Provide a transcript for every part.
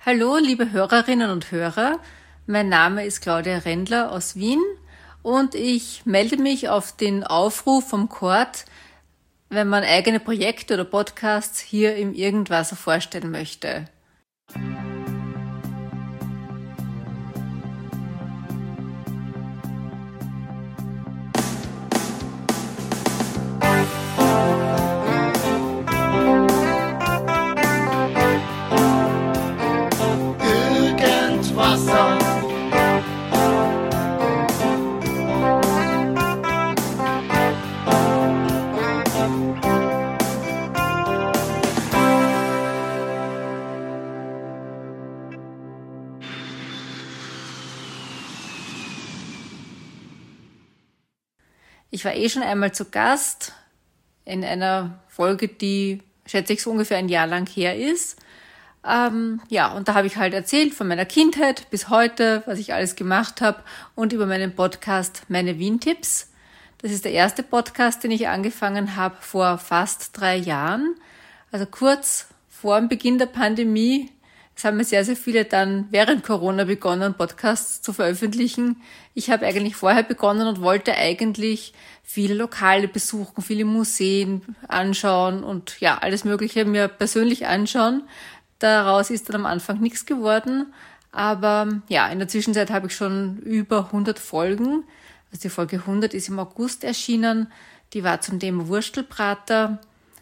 Hallo, liebe Hörerinnen und Hörer. Mein Name ist Claudia Rendler aus Wien und ich melde mich auf den Aufruf vom Chord, wenn man eigene Projekte oder Podcasts hier im Irgendwasser vorstellen möchte. Irgendwasser. Ich war schon einmal zu Gast in einer Folge, die, schätze ich, so ungefähr ein Jahr lang her ist. Und da habe ich halt erzählt von meiner Kindheit bis heute, was ich alles gemacht habe und über meinen Podcast Meine Wien-Tipps. Das ist der erste Podcast, den ich angefangen habe vor fast 3 Jahren, also kurz vor dem Beginn der Pandemie. Es haben mir sehr, sehr viele dann während Corona begonnen, Podcasts zu veröffentlichen. Ich habe eigentlich vorher begonnen und wollte eigentlich viele Lokale besuchen, viele Museen anschauen und ja, alles Mögliche mir persönlich anschauen. Daraus ist dann am Anfang nichts geworden, aber ja, in der Zwischenzeit habe ich schon über 100 Folgen. Also die Folge 100 ist im August erschienen, die war zum Thema Wurstelbrater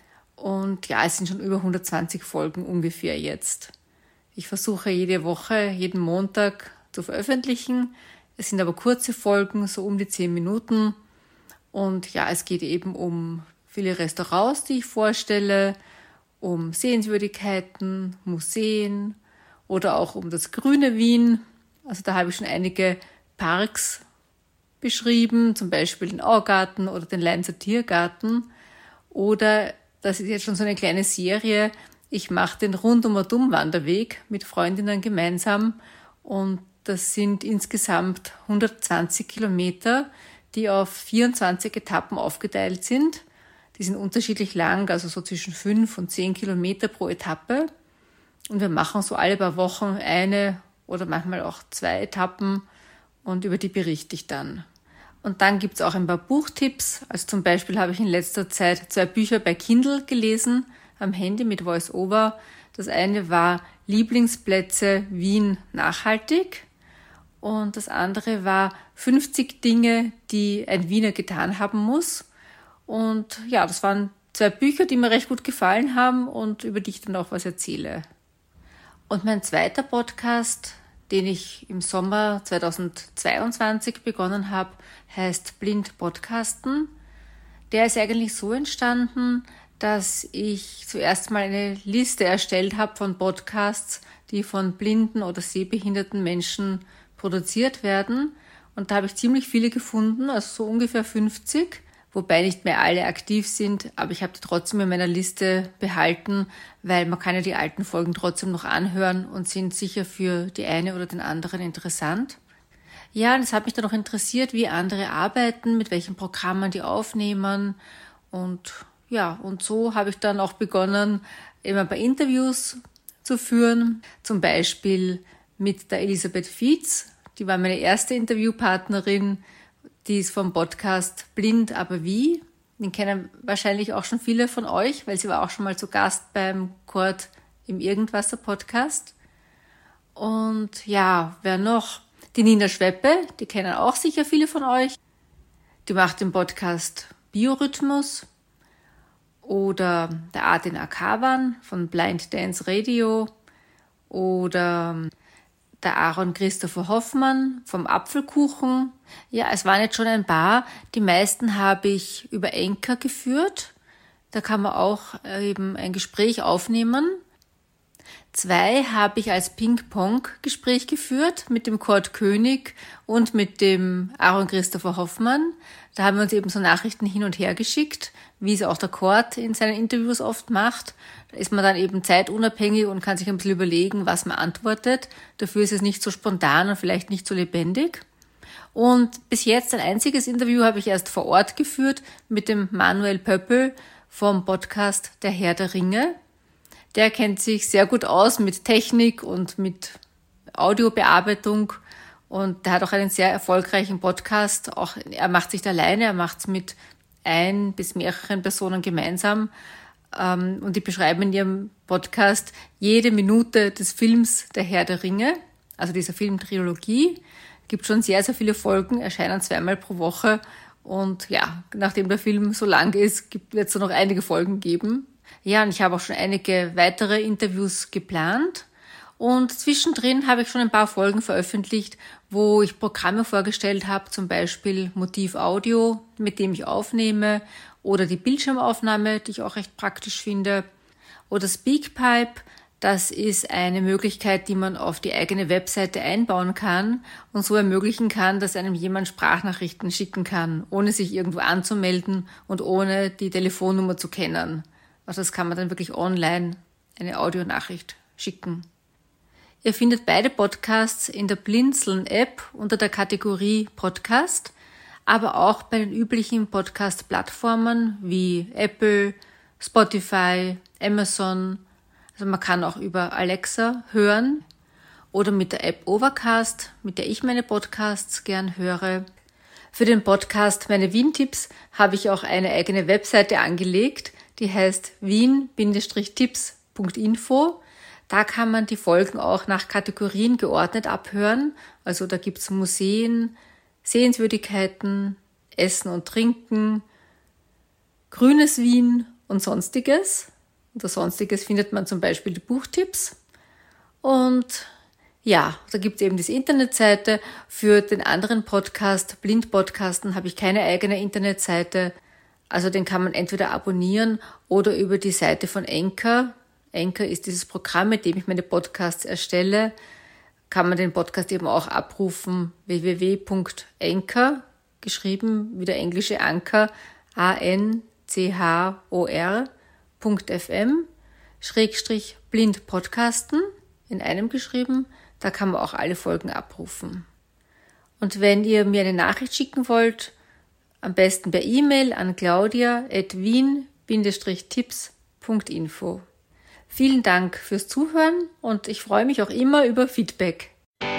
und ja, es sind schon über 120 Folgen ungefähr jetzt. Ich versuche jede Woche, jeden Montag zu veröffentlichen. Es sind aber kurze Folgen, so um die 10 Minuten und ja, es geht eben um viele Restaurants, die ich vorstelle, um Sehenswürdigkeiten, Museen oder auch um das grüne Wien. Also da habe ich schon einige Parks beschrieben, zum Beispiel den Augarten oder den Leinzer Tiergarten. Oder, das ist jetzt schon so eine kleine Serie, ich mache den Rundum-Wanderweg mit Freundinnen gemeinsam und das sind insgesamt 120 Kilometer, die auf 24 Etappen aufgeteilt sind. Die sind unterschiedlich lang, also so zwischen 5 und 10 Kilometer pro Etappe. Und wir machen so alle paar Wochen eine oder manchmal auch 2 Etappen und über die berichte ich dann. Und dann gibt's auch ein paar Buchtipps. Also zum Beispiel habe ich in letzter Zeit 2 Bücher bei Kindle gelesen, am Handy mit Voice-Over. Das eine war Lieblingsplätze Wien nachhaltig und das andere war 50 Dinge, die ein Wiener getan haben muss. Und ja, das waren 2 Bücher, die mir recht gut gefallen haben und über die ich dann auch was erzähle. Und mein zweiter Podcast, den ich im Sommer 2022 begonnen habe, heißt Blind Podcasten. Der ist eigentlich so entstanden, dass ich zuerst mal eine Liste erstellt habe von Podcasts, die von blinden oder sehbehinderten Menschen produziert werden. Und da habe ich ziemlich viele gefunden, also so ungefähr 50. Wobei nicht mehr alle aktiv sind, aber ich habe die trotzdem in meiner Liste behalten, weil man kann ja die alten Folgen trotzdem noch anhören und sind sicher für die eine oder den anderen interessant. Ja, und es hat mich dann noch interessiert, wie andere arbeiten, mit welchen Programmen die aufnehmen und ja, und so habe ich dann auch begonnen, immer ein paar Interviews zu führen, zum Beispiel mit der Elisabeth Fietz, die war meine erste Interviewpartnerin. Die ist vom Podcast Blind, aber wie? Den kennen wahrscheinlich auch schon viele von euch, weil sie war auch schon mal zu Gast beim Chord im Irgendwasser Podcast. Und ja, wer noch? Die Nina Schweppe, die kennen auch sicher viele von euch. Die macht den Podcast Biorhythmus. Oder der Adin Akavan von Blind Dance Radio. Oder der Aaron Christopher Hoffmann vom Apfelkuchen. Ja, es waren jetzt schon ein paar. Die meisten habe ich über Anchor geführt. Da kann man auch eben ein Gespräch aufnehmen. 2 habe ich als Ping-Pong-Gespräch geführt mit dem Kurt König und mit dem Aaron Christopher Hoffmann. Da haben wir uns eben so Nachrichten hin und her geschickt, wie es auch der Kurt in seinen Interviews oft macht. Da ist man dann eben zeitunabhängig und kann sich ein bisschen überlegen, was man antwortet. Dafür ist es nicht so spontan und vielleicht nicht so lebendig. Und bis jetzt ein einziges Interview habe ich erst vor Ort geführt mit dem Manuel Pöppel vom Podcast Der Herr der Ringe. Der kennt sich sehr gut aus mit Technik und mit Audiobearbeitung und der hat auch einen sehr erfolgreichen Podcast. Auch er macht es nicht alleine, er macht es mit ein bis mehreren Personen gemeinsam. Und die beschreiben in ihrem Podcast jede Minute des Films Der Herr der Ringe, also dieser Filmtrilogie. Gibt schon sehr, sehr viele Folgen, erscheinen 2-mal pro Woche. Und ja, nachdem der Film so lang ist, wird es noch einige Folgen geben. Ja, und ich habe auch schon einige weitere Interviews geplant. Und zwischendrin habe ich schon ein paar Folgen veröffentlicht, wo ich Programme vorgestellt habe, zum Beispiel Motiv Audio, mit dem ich aufnehme, oder die Bildschirmaufnahme, die ich auch recht praktisch finde, oder Speakpipe. Das ist eine Möglichkeit, die man auf die eigene Webseite einbauen kann und so ermöglichen kann, dass einem jemand Sprachnachrichten schicken kann, ohne sich irgendwo anzumelden und ohne die Telefonnummer zu kennen. Also das kann man dann wirklich online eine Audionachricht schicken. Ihr findet beide Podcasts in der Blinzeln-App unter der Kategorie Podcast, aber auch bei den üblichen Podcast-Plattformen wie Apple, Spotify, Amazon. Also man kann auch über Alexa hören oder mit der App Overcast, mit der ich meine Podcasts gern höre. Für den Podcast Meine Wien-Tipps habe ich auch eine eigene Webseite angelegt, die heißt wien-tipps.info. Da kann man die Folgen auch nach Kategorien geordnet abhören. Also da gibt's Museen, Sehenswürdigkeiten, Essen und Trinken, grünes Wien und Sonstiges. Unter Sonstiges findet man zum Beispiel die Buchtipps. Und ja, da gibt's eben diese Internetseite. Für den anderen Podcast, Blindpodcasten, habe ich keine eigene Internetseite. Also den kann man entweder abonnieren oder über die Seite von Anchor. Anchor ist dieses Programm, mit dem ich meine Podcasts erstelle. Kann man den Podcast eben auch abrufen. www.anchor, geschrieben wie der englische Anchor, anchor.fm/blindpodcasten, in einem geschrieben. Da kann man auch alle Folgen abrufen. Und wenn ihr mir eine Nachricht schicken wollt, am besten per E-Mail an claudia@wien-tipps.info. Vielen Dank fürs Zuhören und ich freue mich auch immer über Feedback.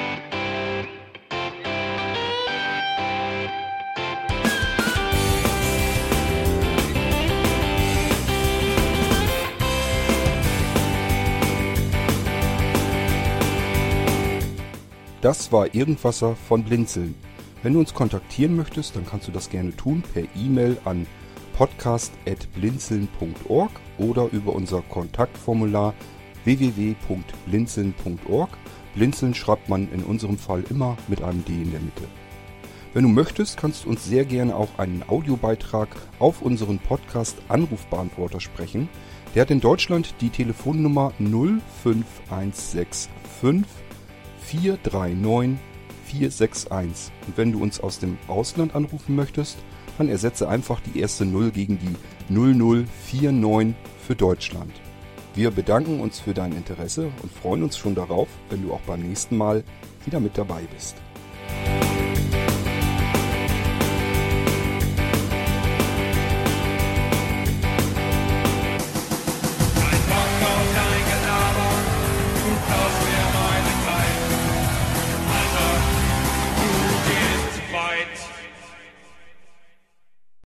Das war Irgendwasser von Blinzeln. Wenn du uns kontaktieren möchtest, dann kannst du das gerne tun per E-Mail an podcast@blinzeln.org oder über unser Kontaktformular www.blinzeln.org. Blinzeln schreibt man in unserem Fall immer mit einem D in der Mitte. Wenn du möchtest, kannst du uns sehr gerne auch einen Audiobeitrag auf unseren Podcast Anrufbeantworter sprechen. Der hat in Deutschland die Telefonnummer 05165 439 461. Und wenn du uns aus dem Ausland anrufen möchtest, dann ersetze einfach die erste 0 gegen die 0049 für Deutschland. Wir bedanken uns für dein Interesse und freuen uns schon darauf, wenn du auch beim nächsten Mal wieder mit dabei bist.